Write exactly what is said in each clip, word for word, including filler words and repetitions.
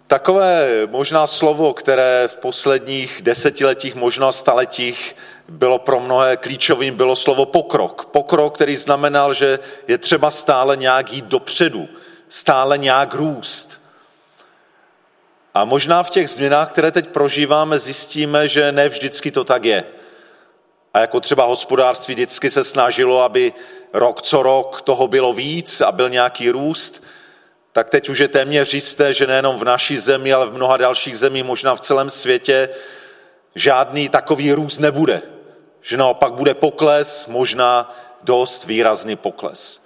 Takové možná slovo, které v posledních desetiletích, možná staletích bylo pro mnohé klíčovým, bylo slovo pokrok. Pokrok, který znamenal, že je třeba stále nějak jít dopředu, stále nějak růst. A možná v těch změnách, které teď prožíváme, zjistíme, že ne vždycky to tak je. A jako třeba hospodářství vždycky se snažilo, aby rok co rok toho bylo víc a byl nějaký růst, tak teď už je téměř jisté, že nejenom v naší zemi, ale v mnoha dalších zemích, možná v celém světě, žádný takový růst nebude. Že naopak bude pokles, možná dost výrazný pokles.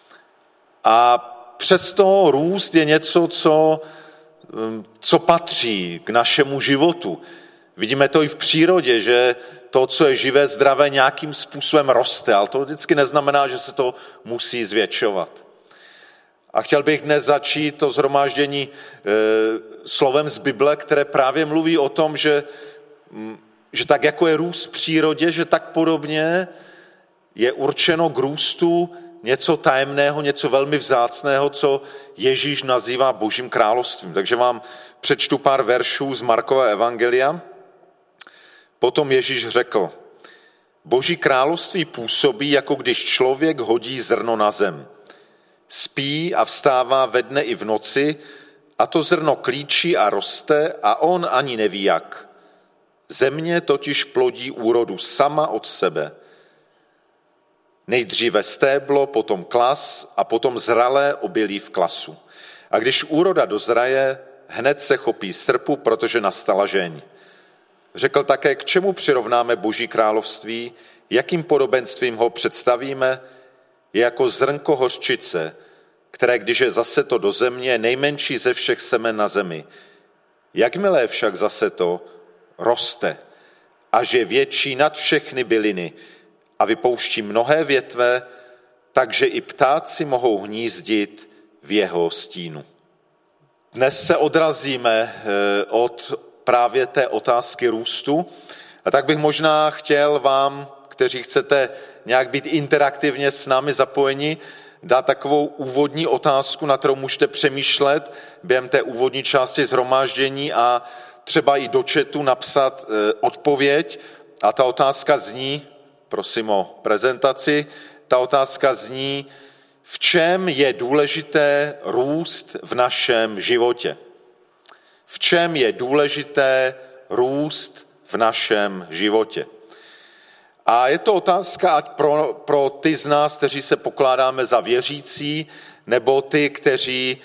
A přesto růst je něco, co, co patří k našemu životu. Vidíme to i v přírodě, že to, co je živé, zdravé, nějakým způsobem roste, ale to vždycky neznamená, že se to musí zvětšovat. A chtěl bych dnes začít to shromáždění e, slovem z Bible, které právě mluví o tom, že, že tak jako je růst v přírodě, že tak podobně je určeno k růstu něco tajemného, něco velmi vzácného, co Ježíš nazývá Božím královstvím. Takže vám přečtu pár veršů z Markova evangelia. Potom Ježíš řekl, Boží království působí, jako když člověk hodí zrno na zem. Spí a vstává ve dne i v noci a to zrno klíčí a roste a on ani neví jak. Země totiž plodí úrodu sama od sebe. Nejdříve stéblo, potom klas a potom zralé obilí v klasu. A když úroda dozraje, hned se chopí srpu, protože nastala žeň. Řekl také, k čemu přirovnáme Boží království, jakým podobenstvím ho představíme, je jako zrnko hořčice, které, když je zaseto do země, je nejmenší ze všech semen na zemi. Jakmile je však zaseto, roste, až je větší nad všechny byliny a vypouští mnohé větve, takže i ptáci mohou hnízdit v jeho stínu. Dnes se odrazíme od právě té otázky růstu a tak bych možná chtěl vám, kteří chcete nějak být interaktivně s námi zapojeni, dát takovou úvodní otázku, na kterou můžete přemýšlet během té úvodní části shromáždění a třeba i do chatu napsat odpověď. A ta otázka zní, prosím o prezentaci, ta otázka zní, v čem je důležité růst v našem životě? V čem je důležité růst v našem životě? A je to otázka ať pro, pro ty z nás, kteří se pokládáme za věřící, nebo ty, kteří,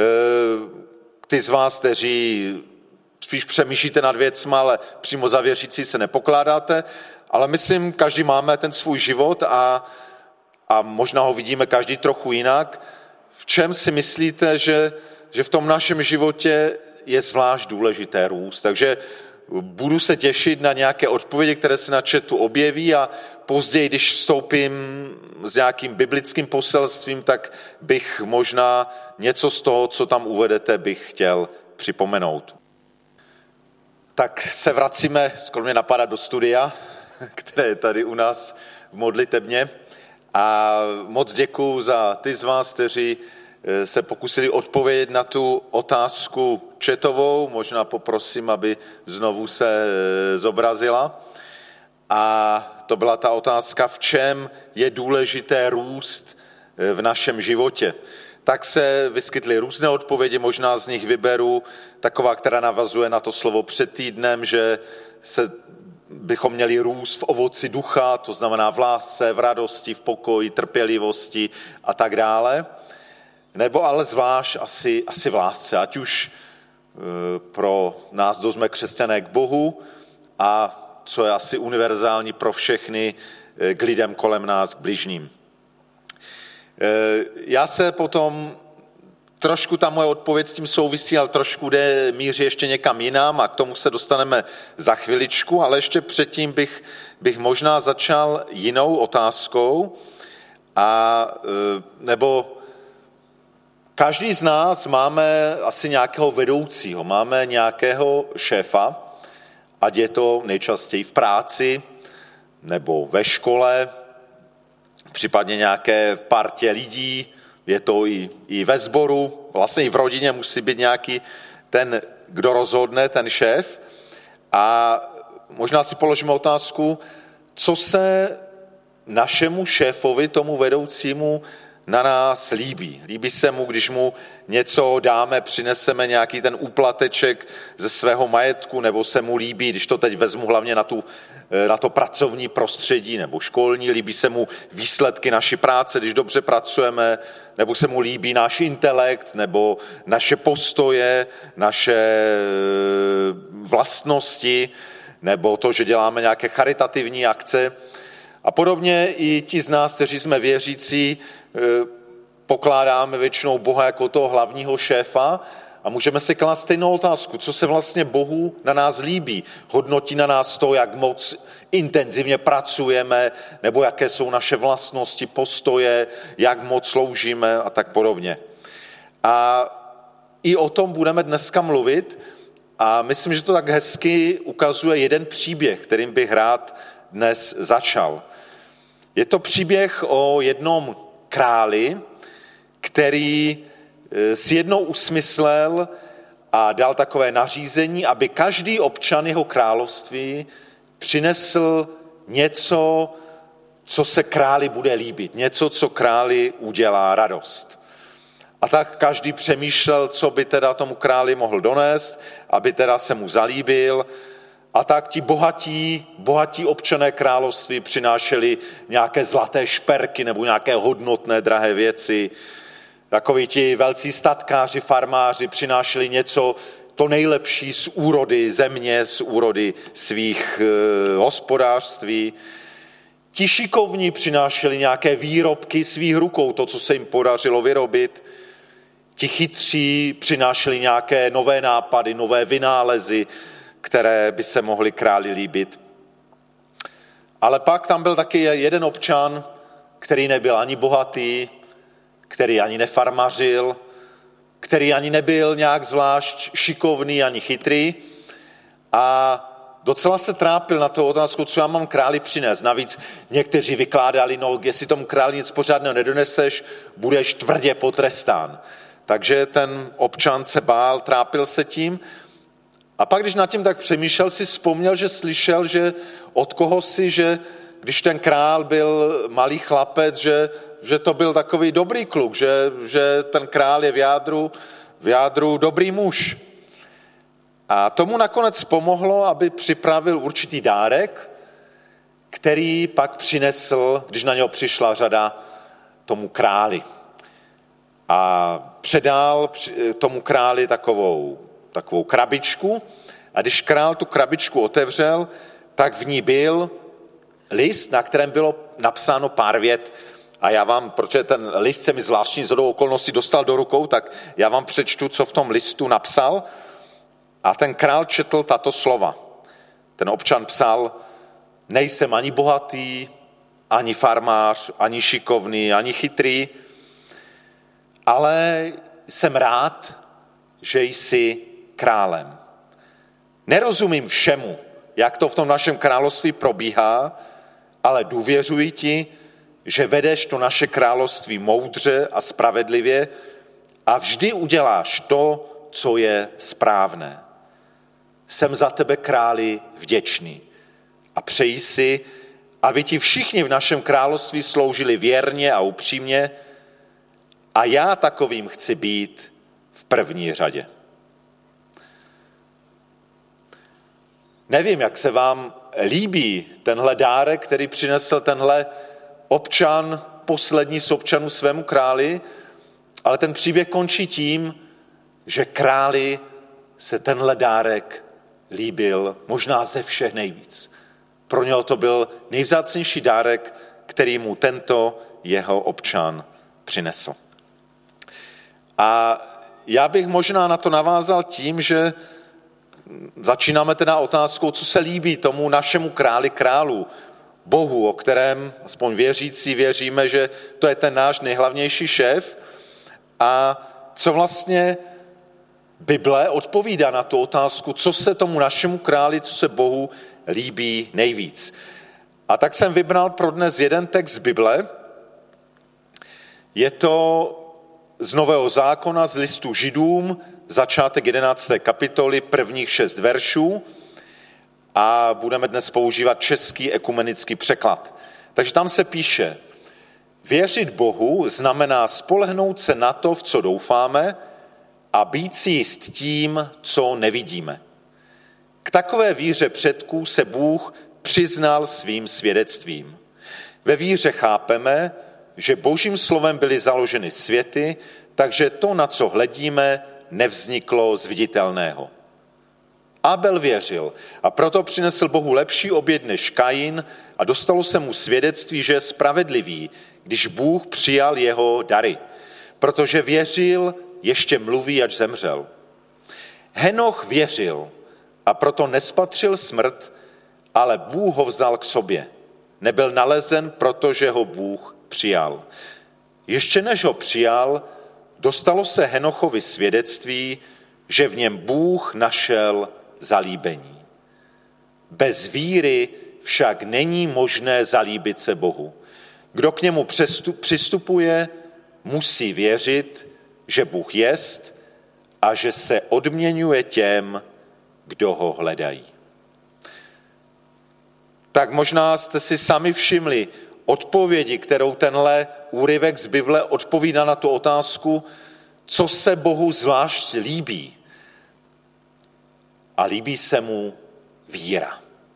ty z vás, kteří spíš přemýšlíte nad věcma, ale přímo za věřící se nepokládáte. Ale myslím, každý máme ten svůj život a, a možná ho vidíme každý trochu jinak. V čem si myslíte, že, že v tom našem životě je zvlášť důležité růst? Takže budu se těšit na nějaké odpovědi, které se na chatu objeví a později, když vstoupím s nějakým biblickým poselstvím, tak bych možná něco z toho, co tam uvedete, bych chtěl připomenout. Tak se vracíme, skoro mě napadá, do studia, které je tady u nás v modlitebně. A moc děkuju za ty z vás, kteří se pokusili odpovědět na tu otázku chatovou. Možná poprosím, aby znovu se zobrazila. A to byla ta otázka, v čem je důležité růst v našem životě. Tak se vyskytly různé odpovědi, možná z nich vyberu taková, která navazuje na to slovo před týdnem, že se bychom měli růst v ovoci ducha, to znamená v lásce, v radosti, v pokoji, trpělivosti a tak dále. Nebo ale zvlášť asi, asi v lásce, ať už pro nás, kdo jsme křesťané, k Bohu a co je asi univerzální pro všechny, k lidem kolem nás, k bližním. Já se potom, trošku ta moje odpověď s tím souvisí, ale trošku jde míří ještě někam jinam a k tomu se dostaneme za chviličku, ale ještě předtím bych, bych možná začal jinou otázkou, a, nebo každý z nás máme asi nějakého vedoucího, máme nějakého šéfa, ať je to nejčastěji v práci nebo ve škole, případně nějaké partě lidí, je to i, i ve sboru, vlastně i v rodině musí být nějaký ten, kdo rozhodne, ten šéf. A možná si položíme otázku, co se našemu šéfovi, tomu vedoucímu, na nás líbí. Líbí se mu, když mu něco dáme, přineseme nějaký ten úplateček ze svého majetku, nebo se mu líbí, když to teď vezmu hlavně na, tu, na to pracovní prostředí nebo školní, líbí se mu výsledky naší práce, když dobře pracujeme, nebo se mu líbí náš intelekt, nebo naše postoje, naše vlastnosti, nebo to, že děláme nějaké charitativní akce. A podobně i ti z nás, kteří jsme věřící, pokládáme většinou Boha jako toho hlavního šéfa a můžeme si klást stejnou otázku, co se vlastně Bohu na nás líbí. Hodnotí na nás to, jak moc intenzivně pracujeme, nebo jaké jsou naše vlastnosti, postoje, jak moc sloužíme a tak podobně. A i o tom budeme dneska mluvit a myslím, že to tak hezky ukazuje jeden příběh, kterým bych rád dnes začal. Je to příběh o jednom králi, který si jednou usmyslel a dal takové nařízení, aby každý občan jeho království přinesl něco, co se králi bude líbit, něco, co králi udělá radost. A tak každý přemýšlel, co by teda tomu králi mohl donést, aby teda se mu zalíbil. A tak ti bohatí, bohatí občané království přinášeli nějaké zlaté šperky nebo nějaké hodnotné drahé věci. Takoví ti velcí statkáři, farmáři přinášeli něco, to nejlepší z úrody země, z úrody svých e, hospodářství. Ti šikovní přinášeli nějaké výrobky svých rukou, to, co se jim podařilo vyrobit. Ti chytří přinášeli nějaké nové nápady, nové vynálezy, které by se mohly králi líbit. Ale pak tam byl taky jeden občan, který nebyl ani bohatý, který ani nefarmařil, který ani nebyl nějak zvlášť šikovný, ani chytrý a docela se trápil na tu otázku, co já mám králi přinést. Navíc někteří vykládali, no jestli tomu králi nic pořádného nedoneseš, budeš tvrdě potrestán. Takže ten občan se bál, trápil se tím. A pak, když nad tím tak přemýšlel, si vzpomněl, že slyšel, že od koho si, že když ten král byl malý chlapec, že, že to byl takový dobrý kluk, že, že ten král je v jádru, v jádru dobrý muž. A tomu nakonec pomohlo, aby připravil určitý dárek, který pak přinesl, když na něho přišla řada, tomu králi. A předal tomu králi takovou takovou krabičku a když král tu krabičku otevřel, tak v ní byl list, na kterém bylo napsáno pár vět a já vám, protože ten list se mi zvláštní shodou okolností dostal do rukou, tak já vám přečtu, co v tom listu napsal a ten král četl tato slova. Ten občan psal, nejsem ani bohatý, ani farmář, ani šikovný, ani chytrý, ale jsem rád, že jsi králem. Nerozumím všemu, jak to v tom našem království probíhá, ale důvěřuji ti, že vedeš to naše království moudře a spravedlivě a vždy uděláš to, co je správné. Jsem za tebe, králi, vděčný a přeji si, aby ti všichni v našem království sloužili věrně a upřímně a já takovým chci být v první řadě. Nevím, jak se vám líbí tenhle dárek, který přinesl tenhle občan, poslední z občanů svému králi, ale ten příběh končí tím, že králi se tenhle dárek líbil možná ze všech nejvíc. Pro něho to byl nejvzácnější dárek, který mu tento jeho občan přinesl. A já bych možná na to navázal tím, že začínáme teda otázkou, co se líbí tomu našemu králi králu, Bohu, o kterém aspoň věřící věříme, že to je ten náš nejhlavnější šéf a co vlastně Bible odpovídá na tu otázku, co se tomu našemu králi, co se Bohu líbí nejvíc. A tak jsem vybral pro dnes jeden text z Bible. Je to z Nového zákona, z listu Židům, začátek jedenácté kapitoly, prvních šest veršů a budeme dnes používat český ekumenický překlad. Takže tam se píše, věřit Bohu znamená spolehnout se na to, v co doufáme, a být si jist tím, co nevidíme. K takové víře předků se Bůh přiznal svým svědectvím. Ve víře chápeme, že Božím slovem byly založeny světy, takže to, na co hledíme, nevzniklo z viditelného. Abel věřil a proto přinesl Bohu lepší oběť než Kain a dostalo se mu svědectví, že je spravedlivý, když Bůh přijal jeho dary. Protože věřil, ještě mluví, až zemřel. Henoch věřil a proto nespatřil smrt, ale Bůh ho vzal k sobě. Nebyl nalezen, protože ho Bůh přijal. Ještě než ho přijal, dostalo se Henochovi svědectví, že v něm Bůh našel zalíbení. Bez víry však není možné zalíbit se Bohu. Kdo k němu přistupuje, musí věřit, že Bůh jest a že se odměňuje těm, kdo ho hledají. Tak možná jste si sami všimli odpovědi, kterou tenhle úryvek z Bible odpovídá na tu otázku, co se Bohu zvlášť líbí. A líbí se mu víra.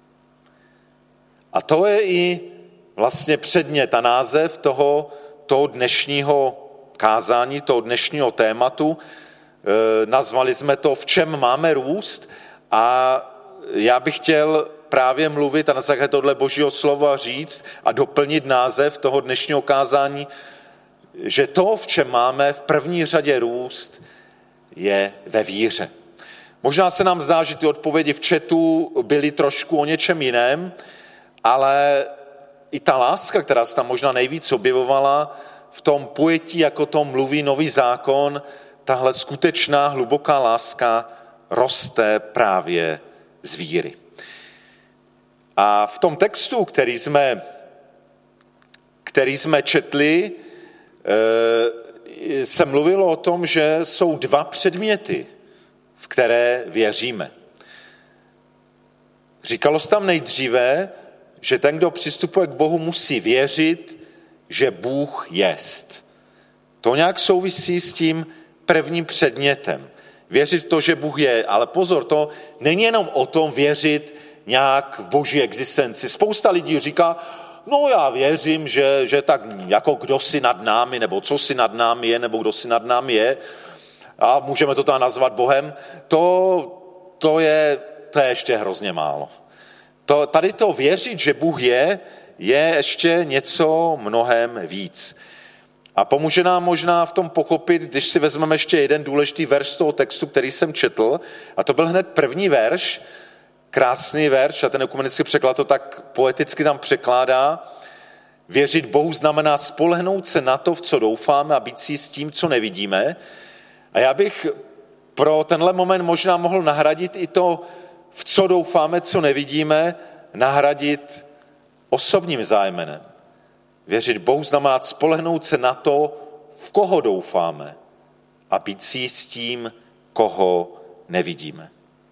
A to je i vlastně předmět a název toho, toho dnešního kázání, toho dnešního tématu. E, nazvali jsme to V čem máme růst a já bych chtěl právě mluvit a na základě tohle Božího slova říct a doplnit název toho dnešního kázání, že to, v čem máme v první řadě růst, je ve víře. Možná se nám zdá, že ty odpovědi v chatu byly trošku o něčem jiném, ale i ta láska, která se tam možná nejvíc objevovala, v tom pojetí, jako to mluví Nový zákon, tahle skutečná hluboká láska roste právě z víry. A v tom textu, který jsme, který jsme četli, se mluvilo o tom, že jsou dva předměty, v které věříme. Říkalo se tam nejdříve, že ten, kdo přistupuje k Bohu, musí věřit, že Bůh jest. To nějak souvisí s tím prvním předmětem. Věřit v to, že Bůh je, ale pozor, to není jenom o tom věřit nějak v Boží existenci. Spousta lidí říká, no já věřím, že, že tak jako kdo si nad námi, nebo co si nad námi je, nebo kdo si nad námi je, a můžeme to tam nazvat Bohem, to, to, je, to je ještě hrozně málo. To, tady to věřit, že Bůh je, je ještě něco mnohem víc. A pomůže nám možná v tom pochopit, když si vezmeme ještě jeden důležitý verš z toho textu, který jsem četl, a to byl hned první verš, krásný verš, a ten ekumenický překlad to tak poeticky tam překládá. Věřit Bohu znamená spolehnout se na to, v co doufáme a být si s tím, co nevidíme. A já bych pro tenhle moment možná mohl nahradit i to, v co doufáme, co nevidíme, nahradit osobním zájmenem. Věřit Bohu znamená spolehnout se na to, v koho doufáme a být si s tím, koho nevidíme.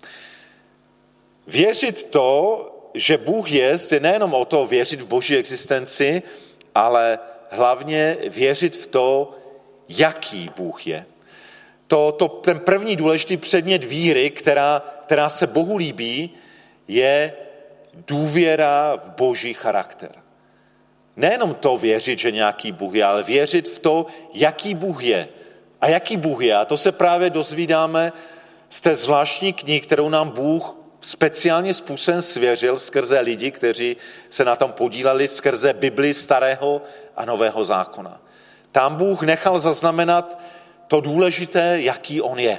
Věřit to, že Bůh je, je nejenom o to věřit v Boží existenci, ale hlavně věřit v to, jaký Bůh je. To, to, ten první důležitý předmět víry, která, která se Bohu líbí, je důvěra v Boží charakter. Nejenom to věřit, že nějaký Bůh je, ale věřit v to, jaký Bůh je. A jaký Bůh je? A to se právě dozvídáme z té zvláštní knihy, kterou nám Bůh speciálně způsobem svěřil skrze lidi, kteří se na tom podíleli, skrze Bibli Starého a Nového zákona. Tam Bůh nechal zaznamenat to důležité, jaký on je.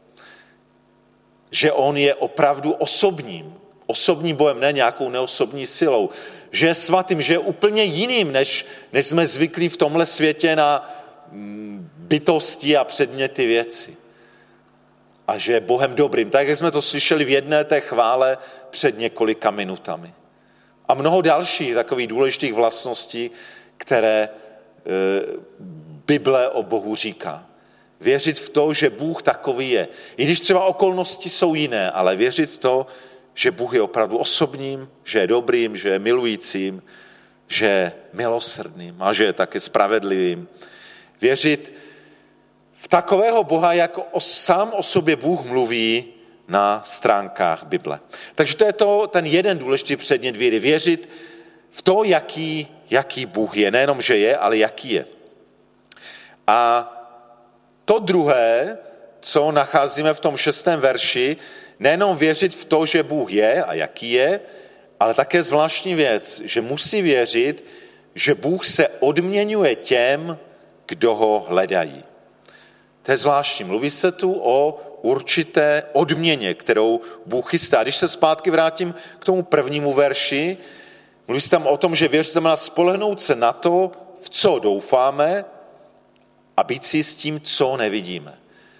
Že on je opravdu osobním. Osobním Bohem, ne nějakou neosobní silou. Že je svatým, že je úplně jiným, než, než jsme zvyklí v tomhle světě na bytosti a předměty věci. A že je Bohem dobrým. Tak, jak jsme to slyšeli v jedné té chvále před několika minutami. A mnoho dalších takových důležitých vlastností, které e, Bible o Bohu říká. Věřit v to, že Bůh takový je. I když třeba okolnosti jsou jiné, ale věřit v to, že Bůh je opravdu osobním, že je dobrým, že je milujícím, že je milosrdným a že je taky spravedlivým. Věřit v takového Boha, jako o, sám o sobě Bůh mluví na stránkách Bible. Takže to je to, ten jeden důležitý předmět víry. Věřit v to, jaký, jaký Bůh je. Nejenom, že je, ale jaký je. A to druhé, co nacházíme v tom šestém verši, nejenom věřit v to, že Bůh je a jaký je, ale také zvláštní věc, že musí věřit, že Bůh se odměňuje těm, kdo ho hledají. To je zvláštní. Mluví se tu o určité odměně, kterou Bůh chystá. Když se zpátky vrátím k tomu prvnímu verši, mluví se tam o tom, že věřit znamená spolehnout se na to, v co doufáme, a být si s tím, co nevidíme.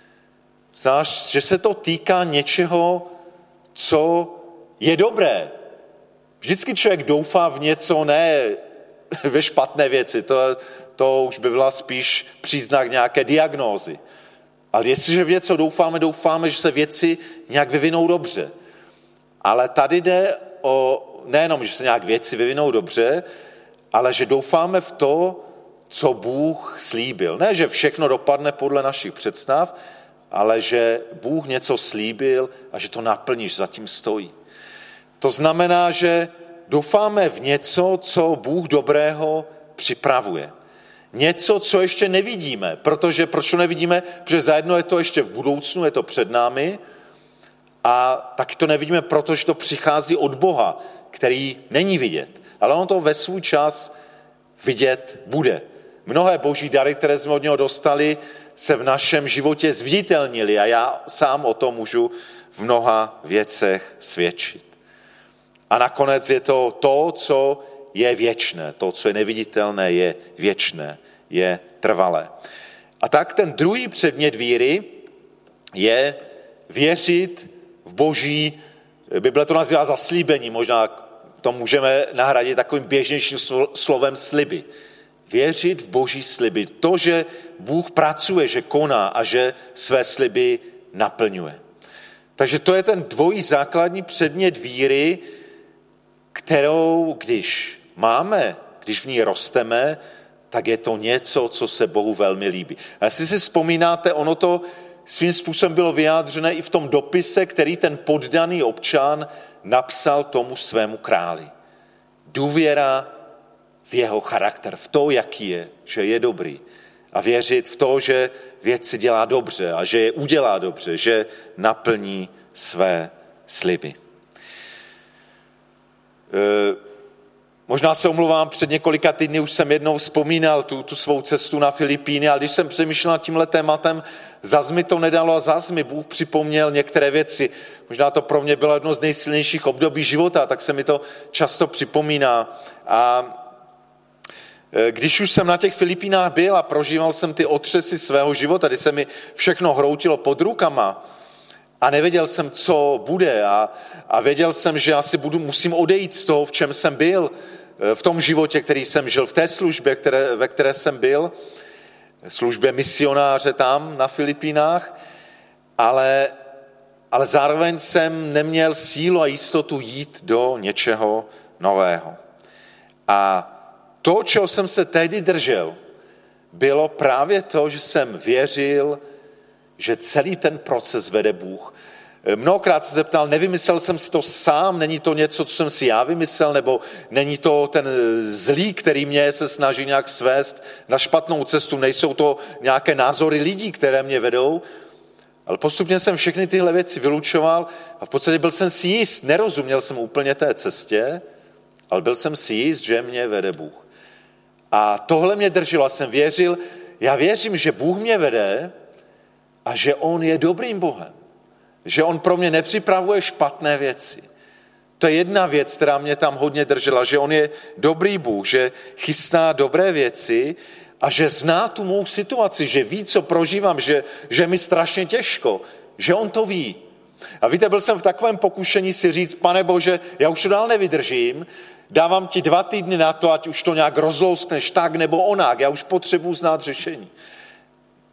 Znáš, že se to týká něčeho, co je dobré. Vždycky člověk doufá v něco, ne ve špatné věci. To, to už by byla spíš příznak nějaké diagnózy. Ale jestliže v něco doufáme, doufáme, že se věci nějak vyvinou dobře. Ale tady jde o nejenom, že se nějak věci vyvinou dobře, ale že doufáme v to, co Bůh slíbil. Ne, že všechno dopadne podle našich představ, ale že Bůh něco slíbil a že to naplní, že zatím stojí. To znamená, že doufáme v něco, co Bůh dobrého připravuje. Něco, co ještě nevidíme, protože proč to nevidíme? Protože zajedno je to ještě v budoucnu, je to před námi a taky to nevidíme, protože to přichází od Boha, který není vidět. Ale on to ve svůj čas vidět bude. Mnohé boží dary, které jsme od něho dostali, se v našem životě zviditelnily a já sám o tom můžu v mnoha věcech svědčit. A nakonec je to to, co je věčné, to, co je neviditelné, je věčné, je trvalé. A tak ten druhý předmět víry je věřit v boží, Bible to nazývá zaslíbení, možná to můžeme nahradit takovým běžnějším slovem sliby. Věřit v boží sliby. To, že Bůh pracuje, že koná a že své sliby naplňuje. Takže to je ten dvojí základní předmět víry, kterou, když máme, když v ní rosteme, tak je to něco, co se Bohu velmi líbí. A jestli si vzpomínáte, ono to svým způsobem bylo vyjádřené i v tom dopise, který ten poddaný občan napsal tomu svému králi. Důvěra v jeho charakter, v to, jaký je, že je dobrý. A věřit v to, že věci dělá dobře a že je udělá dobře, že naplní své sliby. E, možná se omluvám, před několika týdny už jsem jednou vzpomínal tu, tu svou cestu na Filipíny, ale když jsem přemýšlel nad tímhle tématem, zas mi to nedalo a zas mi Bůh připomněl některé věci. Možná to pro mě bylo jedno z nejsilnějších období života, tak se mi to často připomíná. A když už jsem na těch Filipínách byl a prožíval jsem ty otřesy svého života, kdy se mi všechno hroutilo pod rukama a nevěděl jsem, co bude a, a věděl jsem, že asi budu, musím odejít z toho, v čem jsem byl, v tom životě, který jsem žil, v té službě, které, ve které jsem byl, službě misionáře tam na Filipínách, ale, ale zároveň jsem neměl sílu a jistotu jít do něčeho nového. A to, čeho jsem se tehdy držel, bylo právě to, že jsem věřil, že celý ten proces vede Bůh. Mnohokrát se zeptal, nevymyslel jsem si to sám, není to něco, co jsem si já vymyslel, nebo není to ten zlý, který mě se snaží nějak svést na špatnou cestu, nejsou to nějaké názory lidí, které mě vedou, ale postupně jsem všechny tyhle věci vylučoval a v podstatě byl jsem si jist, nerozuměl jsem úplně té cestě, ale byl jsem si jist, že mě vede Bůh. A tohle mě drželo, jsem věřil, já věřím, že Bůh mě vede a že on je dobrým Bohem. Že on pro mě nepřipravuje špatné věci. To je jedna věc, která mě tam hodně držela, že on je dobrý Bůh, že chystá dobré věci a že zná tu mou situaci, že ví, co prožívám, že, že je mi strašně těžko, že on to ví. A víte, byl jsem v takovém pokušení si říct, Pane Bože, já už to dál nevydržím, dávám ti dva týdny na to, ať už to nějak rozlouskneš tak nebo onak, já už potřebuji znát řešení.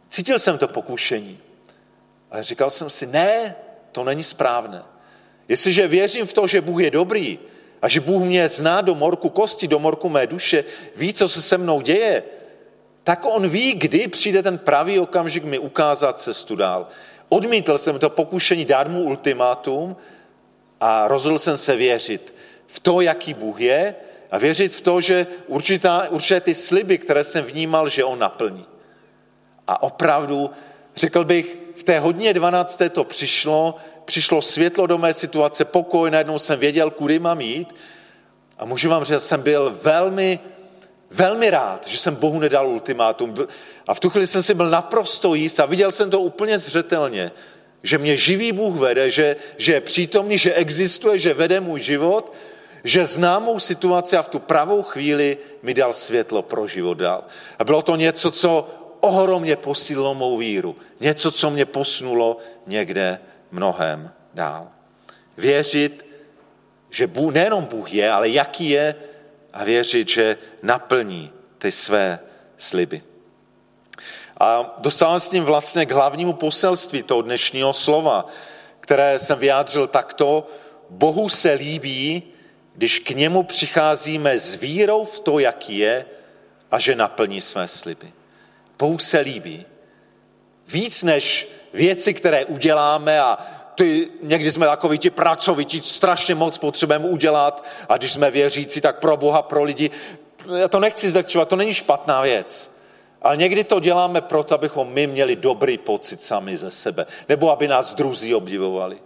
Cítil jsem to pokušení, ale říkal jsem si, ne, to není správné. Jestliže věřím v to, že Bůh je dobrý a že Bůh mě zná do morku kosti, do morku mé duše, ví, co se se mnou děje, tak on ví, kdy přijde ten pravý okamžik mi ukázat cestu dál. Odmítl jsem to pokušení dát mu ultimátum a rozhodl jsem se věřit v to, jaký Bůh je a věřit v to, že určitá, určitě ty sliby, které jsem vnímal, že on naplní. A opravdu, řekl bych, v té hodně dvanácté to přišlo, přišlo světlo do mé situace, pokoj, najednou jsem věděl, kudy mám jít a můžu vám říct, že jsem byl velmi, velmi rád, že jsem Bohu nedal ultimátum a v tu chvíli jsem si byl naprosto jist a viděl jsem to úplně zřetelně, že mě živý Bůh vede, že, že je přítomný, že existuje, že vede můj život, že zná mou situaci a v tu pravou chvíli mi dal světlo pro život dál. A bylo to něco, co ohromně posílilo mou víru. Něco, co mě posunulo někde mnohem dál. Věřit, že Bůh, nejenom Bůh je, ale jaký je a věřit, že naplní ty své sliby. A dostávám s tím vlastně k hlavnímu poselství toho dnešního slova, které jsem vyjádřil takto. Bohu se líbí, když k němu přicházíme s vírou v to, jaký je a že naplní své sliby. Bohu se líbí. Víc než věci, které uděláme a ty, někdy jsme takoví ti pracovití, strašně moc potřebujeme udělat a když jsme věřící, tak pro Boha, pro lidi. Já to nechci zlehčovat, to není špatná věc. Ale někdy to děláme proto, abychom my měli dobrý pocit sami ze sebe. Nebo aby nás druzí obdivovali.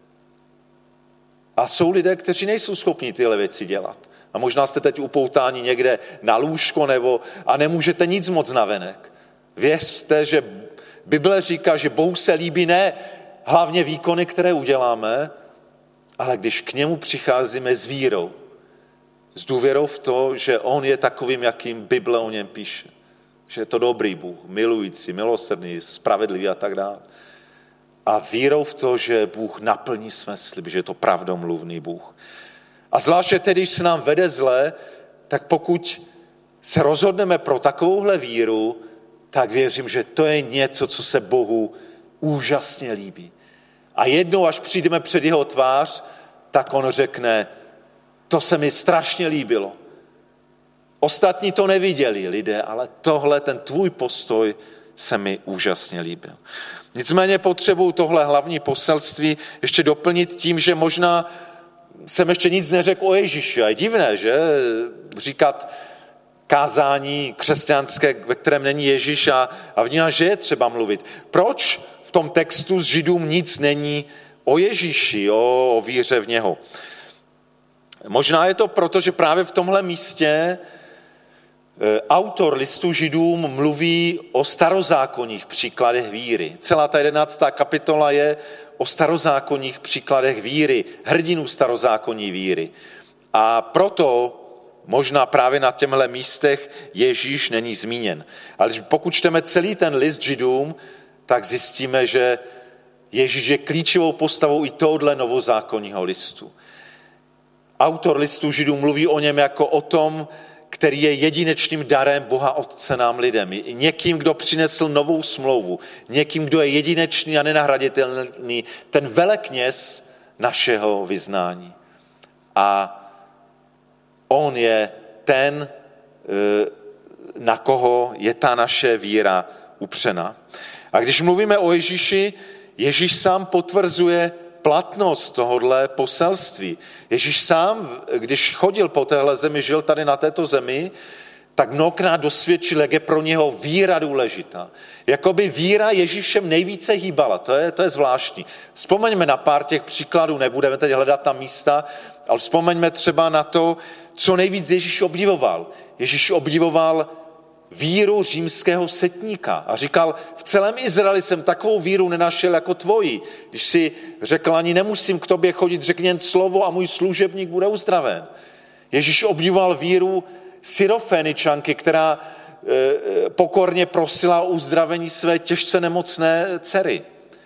A jsou lidé, kteří nejsou schopni tyhle věci dělat. A možná jste teď upoutáni někde na lůžko nebo a nemůžete nic moc navenek. Věřte, že Bible říká, že Bohu se líbí ne hlavně výkony, které uděláme, ale když k němu přicházíme s vírou. S důvěrou v to, že on je takovým, jakým Bible o něm píše. Že je to dobrý Bůh, milující, milosrdný, spravedlivý a tak dále. A vírou v to, že Bůh naplní své sliby, že je to pravdomluvný Bůh. A zvláště tedy, když se nám vede zle, tak pokud se rozhodneme pro takovouhle víru, tak věřím, že to je něco, co se Bohu úžasně líbí. A jednou, až přijdeme před jeho tvář, tak on řekne, to se mi strašně líbilo. Ostatní to neviděli lidé, ale tohle, ten tvůj postoj se mi úžasně líbil. Nicméně potřebuji tohle hlavní poselství ještě doplnit tím, že možná jsem ještě nic neřekl o Ježíši. A je divné, že? Říkat kázání křesťanské, ve kterém není Ježíš a, a v něm, že je třeba mluvit. Proč v tom textu s Židům nic není o Ježíši, o, o víře v něho? Možná je to proto, že právě v tomhle místě autor listu Židům mluví o starozákonních příkladech víry. Celá ta jedenáctá kapitola je o starozákonních příkladech víry, hrdinů starozákonní víry. A proto možná právě na těchto místech Ježíš není zmíněn. Ale pokud čteme celý ten list Židům, tak zjistíme, že Ježíš je klíčovou postavou i tohohle novozákonního listu. Autor listu Židům mluví o něm jako o tom, který je jedinečným darem Boha Otce nám lidem. Někým, kdo přinesl novou smlouvu. Někým, kdo je jedinečný a nenahraditelný. Ten velekněz našeho vyznání. A on je ten, na koho je ta naše víra upřena. A když mluvíme o Ježíši, Ježíš sám potvrzuje platnost tohodle poselství. Ježíš sám, když chodil po téhle zemi, žil tady na této zemi, tak mnohokrát dosvědčil, jak je pro něho víra důležitá. Jakoby víra Ježíšem nejvíce hýbala, to je, to je zvláštní. Vzpomeňme na pár těch příkladů, nebudeme teď hledat ta místa, ale vzpomeňme třeba na to, co nejvíc Ježíš obdivoval. Ježíš obdivoval víru římského setníka a říkal, v celém Izraeli jsem takovou víru nenašel jako tvoji. Když si řekl, ani nemusím k tobě chodit, řekni jen slovo a můj služebník bude uzdraven. Ježíš obdivoval víru Syrofeničanky, která e, pokorně prosila o uzdravení své těžce nemocné dcery.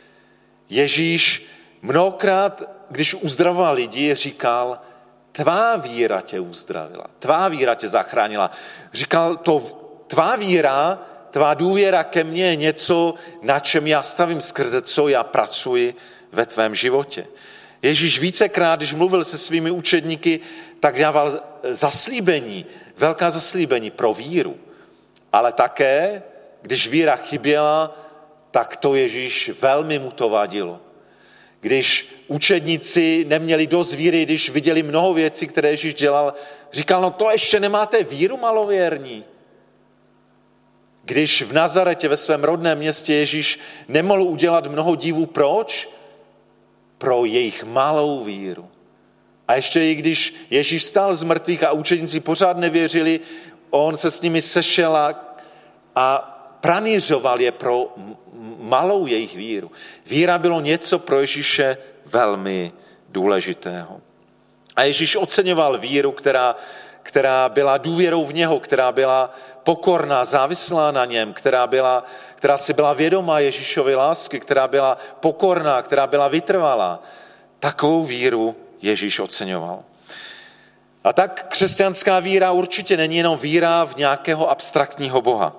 Ježíš mnohokrát, když uzdravoval lidi, říkal, tvá víra tě uzdravila, tvá víra tě zachránila. Říkal to, tvá víra tvá důvěra ke mně je něco, na čem já stavím, skrze co já pracuji ve tvém životě. Ježíš vícekrát, když mluvil se svými učedníky, tak dával zaslíbení, velká zaslíbení pro víru. Ale také, když víra chyběla, tak to Ježíš velmi mu to vadilo. Když učedníci neměli dost víry, když viděli mnoho věcí, které Ježíš dělal, říkal, no to ještě nemáte víru, malověrní. Když v Nazaretě, ve svém rodném městě, Ježíš nemohl udělat mnoho divů, proč? Pro jejich malou víru. A ještě i když Ježíš vstal z mrtvých a učedníci pořád nevěřili, on se s nimi sešel a, a pranířoval je pro malou jejich víru. Víra bylo něco pro Ježíše velmi důležitého. A Ježíš oceňoval víru, která, která byla důvěrou v něho, která byla pokorná, závislá na něm, která, byla, která si byla vědomá Ježíšovy lásky, která byla pokorná, která byla vytrvalá. Takovou víru Ježíš oceňoval. A tak křesťanská víra určitě není jenom víra v nějakého abstraktního Boha.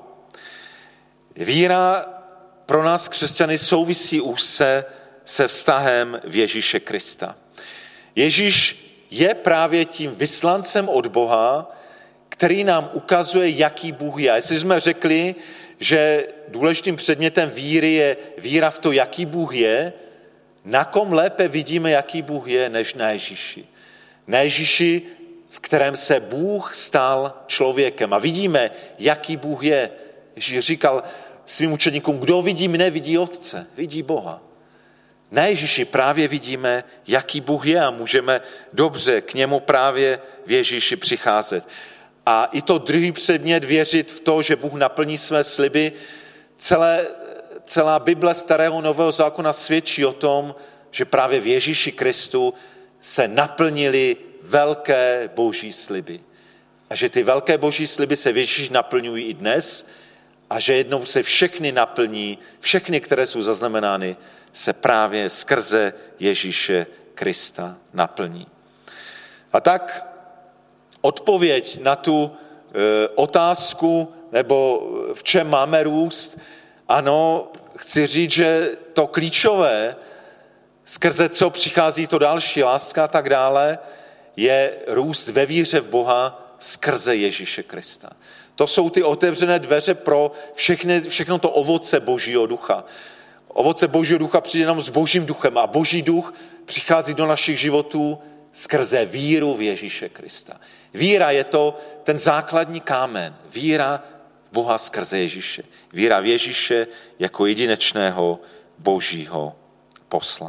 Víra pro nás křesťany souvisí úzce se vztahem v Ježíše Krista. Ježíš je právě tím vyslancem od Boha, který nám ukazuje, jaký Bůh je. A jestli jsme řekli, že důležitým předmětem víry je víra v to, jaký Bůh je, na kom lépe vidíme, jaký Bůh je, než na Ježíši. Na Ježíši, v kterém se Bůh stal člověkem. A vidíme, jaký Bůh je. Ježíš říkal svým učeníkům, kdo vidí mne, vidí Otce, vidí Boha. Na Ježíši právě vidíme, jaký Bůh je a můžeme dobře k němu právě v Ježíši přicházet. A i to druhý předmět, věřit v to, že Bůh naplní své sliby, celé, celá Bible Starého Nového zákona svědčí o tom, že právě v Ježíši Kristu se naplnily velké boží sliby. A že ty velké boží sliby se v Ježíši naplňují i dnes a že jednou se všechny naplní, všechny, které jsou zaznamenány, se právě skrze Ježíše Krista naplní. A tak odpověď na tu e, otázku, nebo v čem máme růst, ano, chci říct, že to klíčové, skrze co přichází to další, láska a tak dále, je růst ve víře v Boha skrze Ježíše Krista. To jsou ty otevřené dveře pro všechny, všechno to ovoce Božího ducha. Ovoce Božího ducha přijde jenom s Božím duchem a Boží duch přichází do našich životů skrze víru v Ježíše Krista. Víra je to ten základní kámen. Víra v Boha skrze Ježíše. Víra v Ježíše jako jedinečného Božího posla.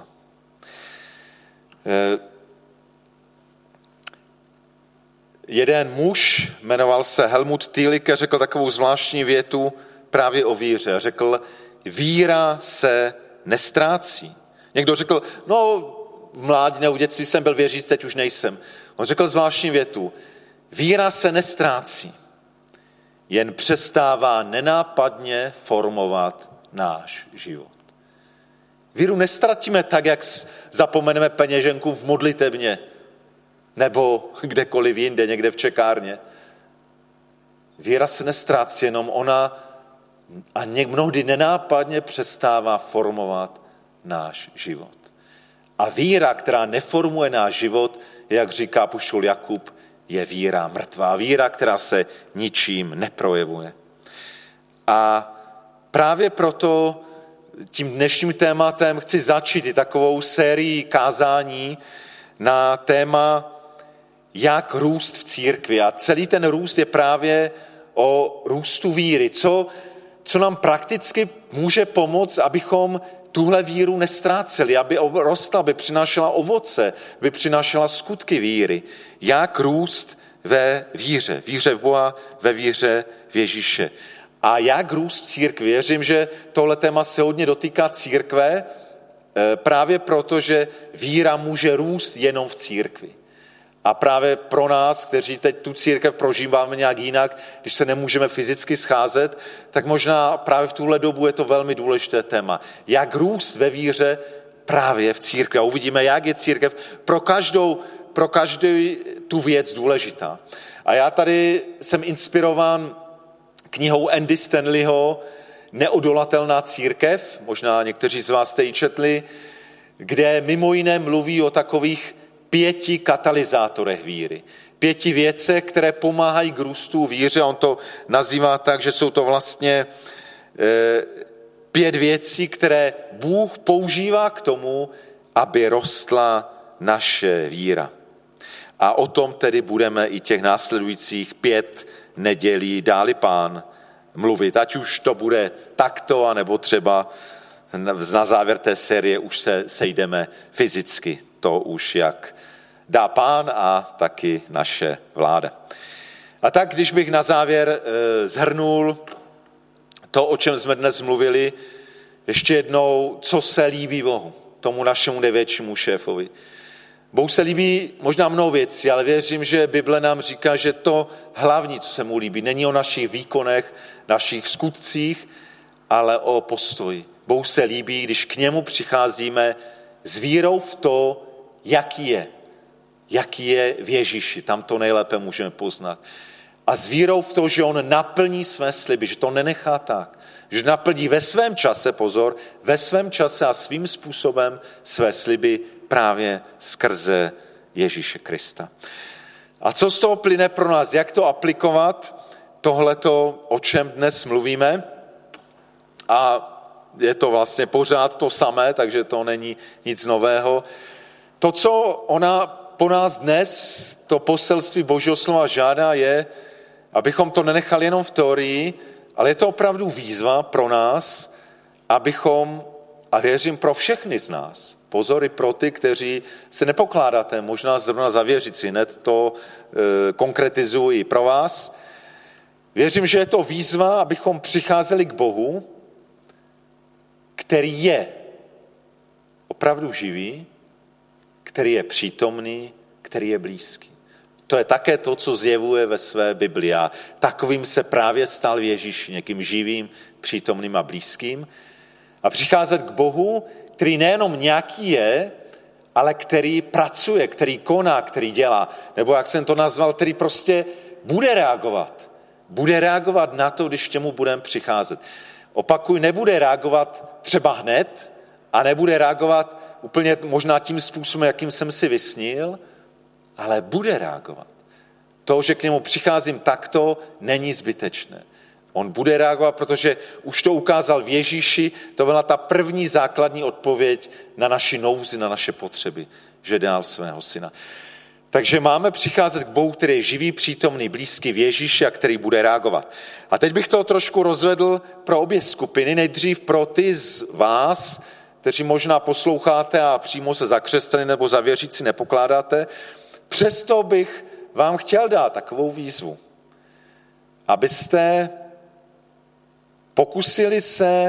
Jeden muž, jmenoval se Helmut Thielicke, řekl takovou zvláštní větu právě o víře. Řekl, víra se nestrácí. Někdo řekl, no v mládí nebo v dětství jsem byl věřící, teď už nejsem. On řekl zvláštní větu, víra se nestrácí, jen přestává nenápadně formovat náš život. Víru nestratíme tak, jak zapomeneme peněženku v modlitebně nebo kdekoliv jinde, někde v čekárně. Víra se nestrácí, jenom ona a mnohdy nenápadně přestává formovat náš život. A víra, která neformuje náš život, jak říká apoštol Jakub, je víra mrtvá. Víra, která se ničím neprojevuje. A právě proto tím dnešním tématem chci začít i takovou sérii kázání na téma, jak růst v církvi. A celý ten růst je právě o růstu víry. Co, co nám prakticky může pomoct, abychom tuhle víru nestráceli, aby rostla, aby přinášela ovoce, aby přinášela skutky víry. Jak růst ve víře, víře v Boha, ve víře v Ježíše. A jak růst v církvi. Věřím, že tohle téma se hodně dotýká církve, právě proto, že víra může růst jenom v církvi. A právě pro nás, kteří teď tu církev prožíváme nějak jinak, když se nemůžeme fyzicky scházet, tak možná právě v tuhle dobu je to velmi důležité téma. Jak růst ve víře právě v církvi. A uvidíme, jak je církev pro každou, pro každou tu věc důležitá. A já tady jsem inspirován knihou Andy Stanleyho Neodolatelná církev, možná někteří z vás jste ji četli, kde mimo jiné mluví o takových pěti katalyzátorech víry. Pěti věcech, které pomáhají k růstu víře. On to nazývá tak, že jsou to vlastně pět věcí, které Bůh používá k tomu, aby rostla naše víra. A o tom tedy budeme i těch následujících pět nedělí, dáli Pán, mluvit. Ať už to bude takto, anebo třeba na závěr té série už se sejdeme fyzicky. To už jak dá Pán a taky naše vláda. A tak, když bych na závěr shrnul to, o čem jsme dnes mluvili, ještě jednou, co se líbí Bohu, tomu našemu největšímu šéfovi. Bohu se líbí možná mnoho věcí, ale věřím, že Bible nám říká, že to hlavní, co se mu líbí, není o našich výkonech, našich skutcích, ale o postoji. Bohu se líbí, když k němu přicházíme s vírou v to, jaký je. Jaký je v Ježíši, tam to nejlépe můžeme poznat. A s vírou v to, že on naplní své sliby, že to nenechá tak. Že naplní ve svém čase, pozor, ve svém čase a svým způsobem své sliby právě skrze Ježíše Krista. A co z toho plyne pro nás? Jak to aplikovat? Tohleto, o čem dnes mluvíme. A je to vlastně pořád to samé, takže to není nic nového. To, co ona po nás dnes, to poselství Božího slova žádá, je, abychom to nenechali jenom v teorii, ale je to opravdu výzva pro nás, abychom, a věřím pro všechny z nás, pozory pro ty, kteří se nepokládáte, možná zrovna za věřící, hned to e, konkretizuji pro vás. Věřím, že je to výzva, abychom přicházeli k Bohu, který je opravdu živý, který je přítomný, který je blízký. To je také to, co zjevuje ve své Biblii. A takovým se právě stal Ježíš, někým živým, přítomným a blízkým. A přicházet k Bohu, který nejenom nějaký je, ale který pracuje, který koná, který dělá. Nebo jak jsem to nazval, který prostě bude reagovat. Bude reagovat na to, když k němu budeme přicházet. Opakuj, nebude reagovat třeba hned a nebude reagovat úplně možná tím způsobem, jakým jsem si vysnil, ale bude reagovat. To, že k němu přicházím takto, není zbytečné. On bude reagovat, protože už to ukázal v Ježíši, to byla ta první základní odpověď na naši nouzi, na naše potřeby, že dal svého syna. Takže máme přicházet k Bohu, který je živý, přítomný, blízký v Ježíši a který bude reagovat. A teď bych to trošku rozvedl pro obě skupiny. Nejdřív pro ty z vás, kteří možná posloucháte a přímo se za křesťany nebo za věřící nepokládáte. Přesto bych vám chtěl dát takovou výzvu, abyste pokusili se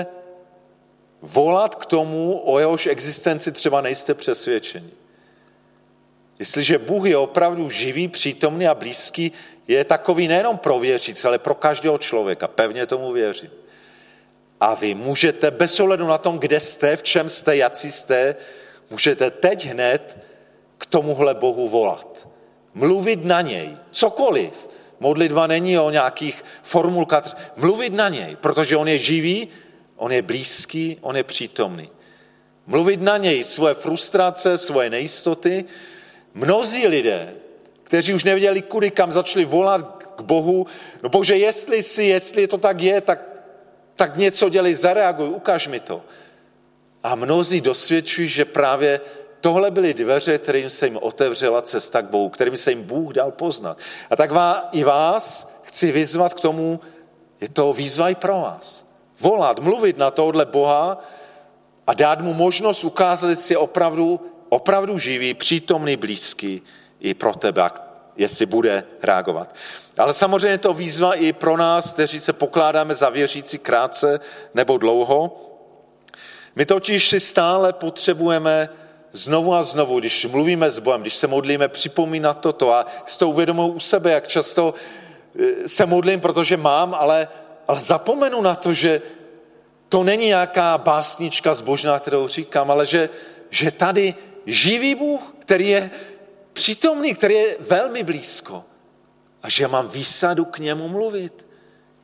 volat k tomu, o jehož existenci třeba nejste přesvědčeni. Jestliže Bůh je opravdu živý, přítomný a blízký, je takový nejenom pro věřící, ale pro každého člověka. Pevně tomu věřím. A vy můžete, bez ohledu na tom, kde jste, v čem jste, jací jste, můžete teď hned k tomuhle Bohu volat. Mluvit na něj. Cokoliv. Modlitba není o nějakých formulkách. Mluvit na něj, protože on je živý, on je blízký, on je přítomný. Mluvit na něj svoje frustrace, svoje nejistoty. Mnozí lidé, kteří už nevěděli kudy, kam začali volat k Bohu, no Bože, jestli si, jestli to tak je, tak, tak něco dělej, zareaguj, ukaž mi to. A mnozí dosvědčují, že právě tohle byly dveře, kterým se jim otevřela cesta k Bohu, kterým se jim Bůh dal poznat. A tak vás, i vás chci vyzvat k tomu, je to výzva i pro vás. Volat, mluvit na tohle Boha a dát mu možnost ukázat, jestli je opravdu, opravdu živý, přítomný, blízký i pro tebe, jestli bude reagovat. Ale samozřejmě je to výzva i pro nás, kteří se pokládáme za věřící krátce nebo dlouho. My totiž si stále potřebujeme znovu a znovu, když mluvíme s Bohem, když se modlíme, připomínat toto a s tou uvědomuji u sebe, jak často se modlím, protože mám, ale, ale zapomenu na to, že to není nějaká básnička zbožná, kterou říkám, ale že, že tady živý Bůh, který je přítomný, který je velmi blízko a že mám výsadu k němu mluvit,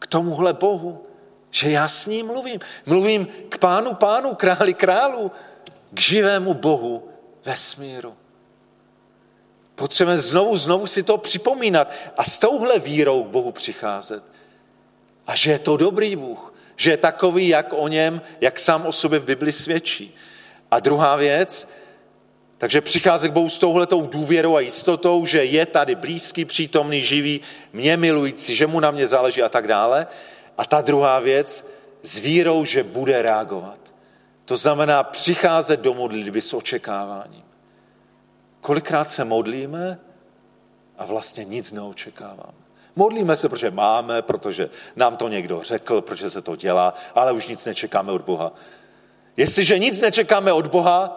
k tomuhle Bohu, že já s ním mluvím. Mluvím k Pánu Pánu, Králi Králu, k živému Bohu vesmíru. Potřebujeme znovu, znovu si to připomínat a s touhle vírou k Bohu přicházet. A že je to dobrý Bůh, že je takový, jak o něm, jak sám o sobě v Bibli svědčí. A druhá věc, takže přicházet k Bohu s touhletou důvěrou a jistotou, že je tady blízký, přítomný, živý, mě milující, že mu na mě záleží a tak dále. A ta druhá věc, s vírou, že bude reagovat. To znamená přicházet do modlitby s očekáváním. Kolikrát se modlíme a vlastně nic neočekáváme. Modlíme se, protože máme, protože nám to někdo řekl, protože se to dělá, ale už nic nečekáme od Boha. Jestliže nic nečekáme od Boha,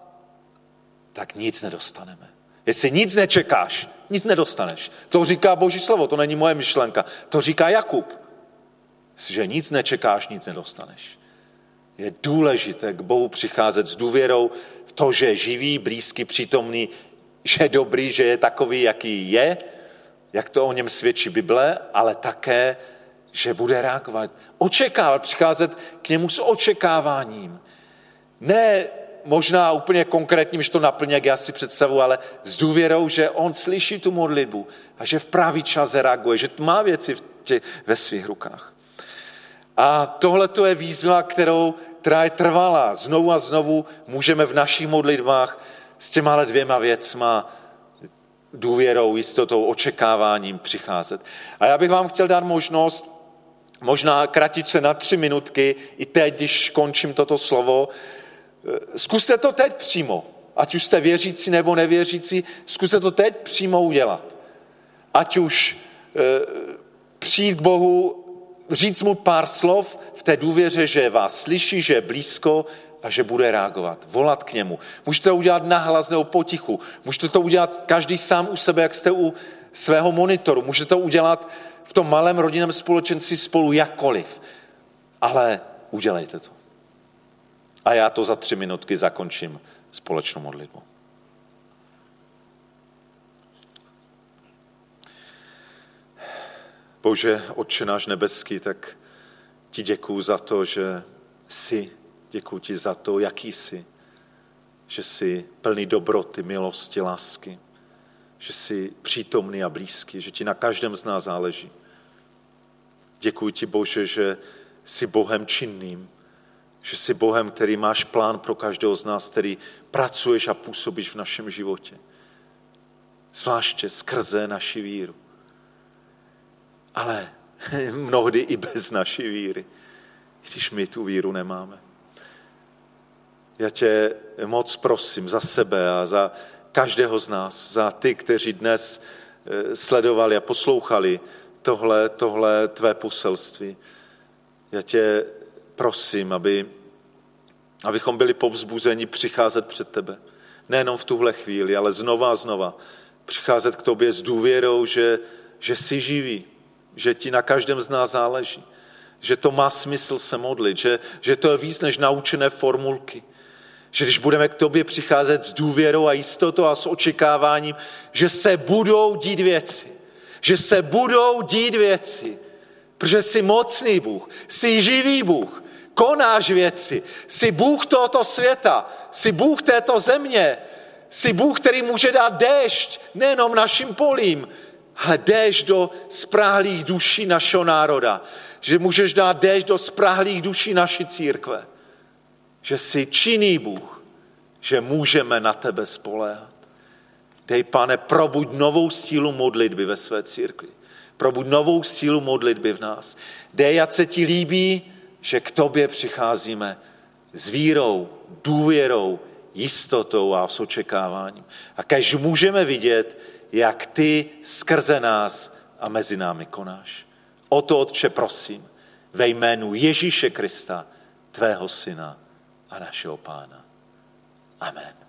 tak nic nedostaneme. Jestli nic nečekáš, nic nedostaneš. To říká Boží slovo, to není moje myšlenka. To říká Jakub. Jestliže nic nečekáš, nic nedostaneš. Je důležité k Bohu přicházet s důvěrou v to, že je živý, blízký, přítomný, že je dobrý, že je takový, jaký je, jak to o něm svědčí Bible, ale také, že bude reagovat. Očekávat, přicházet k němu s očekáváním. Ne možná úplně konkrétním, že to naplní, jak já si představuji, ale s důvěrou, že on slyší tu modlitbu a že v pravý čas reaguje, že má věci v tě, ve svých rukách. A tohle to je výzva, kterou, která je trvalá. Znovu a znovu můžeme v našich modlitbách s těma dvěma věcma důvěrou, jistotou, očekáváním přicházet. A já bych vám chtěl dát možnost, možná kratičce na tři minutky, i teď, když končím toto slovo, zkuste to teď přímo, ať už jste věřící nebo nevěřící, zkuste to teď přímo udělat. Ať už e, přijít k Bohu, říct mu pár slov v té důvěře, že vás slyší, že je blízko a že bude reagovat, volat k němu. Můžete to udělat nahlas nebo potichu, můžete to udělat každý sám u sebe, jak jste u svého monitoru, můžete to udělat v tom malém rodinném společenství spolu jakkoliv, ale udělejte to. A já to za tři minutky zakončím společnou modlitbou. Bože, Otče náš nebeský, tak ti děkuju za to, že jsi, děkuju ti za to, jaký jsi, že jsi plný dobroty, milosti, lásky, že jsi přítomný a blízký, že ti na každém z nás záleží. Děkuju ti, Bože, že jsi Bohem činným, že jsi Bohem, který máš plán pro každého z nás, který pracuješ a působíš v našem životě. Zvláště skrze naši víru. Ale mnohdy i bez naší víry, když my tu víru nemáme. Já tě moc prosím za sebe a za každého z nás, za ty, kteří dnes sledovali a poslouchali tohle, tohle tvé poselství. Já tě prosím, aby, abychom byli povzbuzeni přicházet před tebe. Nejenom v tuhle chvíli, ale znova a znova. Přicházet k tobě s důvěrou, že, že jsi živý, že ti na každém z nás záleží, že to má smysl se modlit, že, že to je víc než naučené formulky, že když budeme k tobě přicházet s důvěrou a jistotou a s očekáváním, že se budou dít věci, že se budou dít věci, protože jsi mocný Bůh, jsi živý Bůh, konáš věci, jsi Bůh tohoto světa, jsi Bůh této země, jsi Bůh, který může dát déšť nejenom našim polím, ale déšť do spráhlých duší našeho národa, že můžeš dát déšť do spráhlých duší naší církve, že jsi činný Bůh, že můžeme na tebe spoléhat. Dej, Pane, probuď novou sílu modlitby ve své církvi. Probuď novou sílu modlitby v nás. Dej, ať se ti líbí, že k tobě přicházíme s vírou, důvěrou, jistotou a s očekáváním. A kež můžeme vidět, jak ty skrze nás a mezi námi konáš. O to, Otče, prosím, ve jménu Ježíše Krista, tvého syna a našeho Pána. Amen.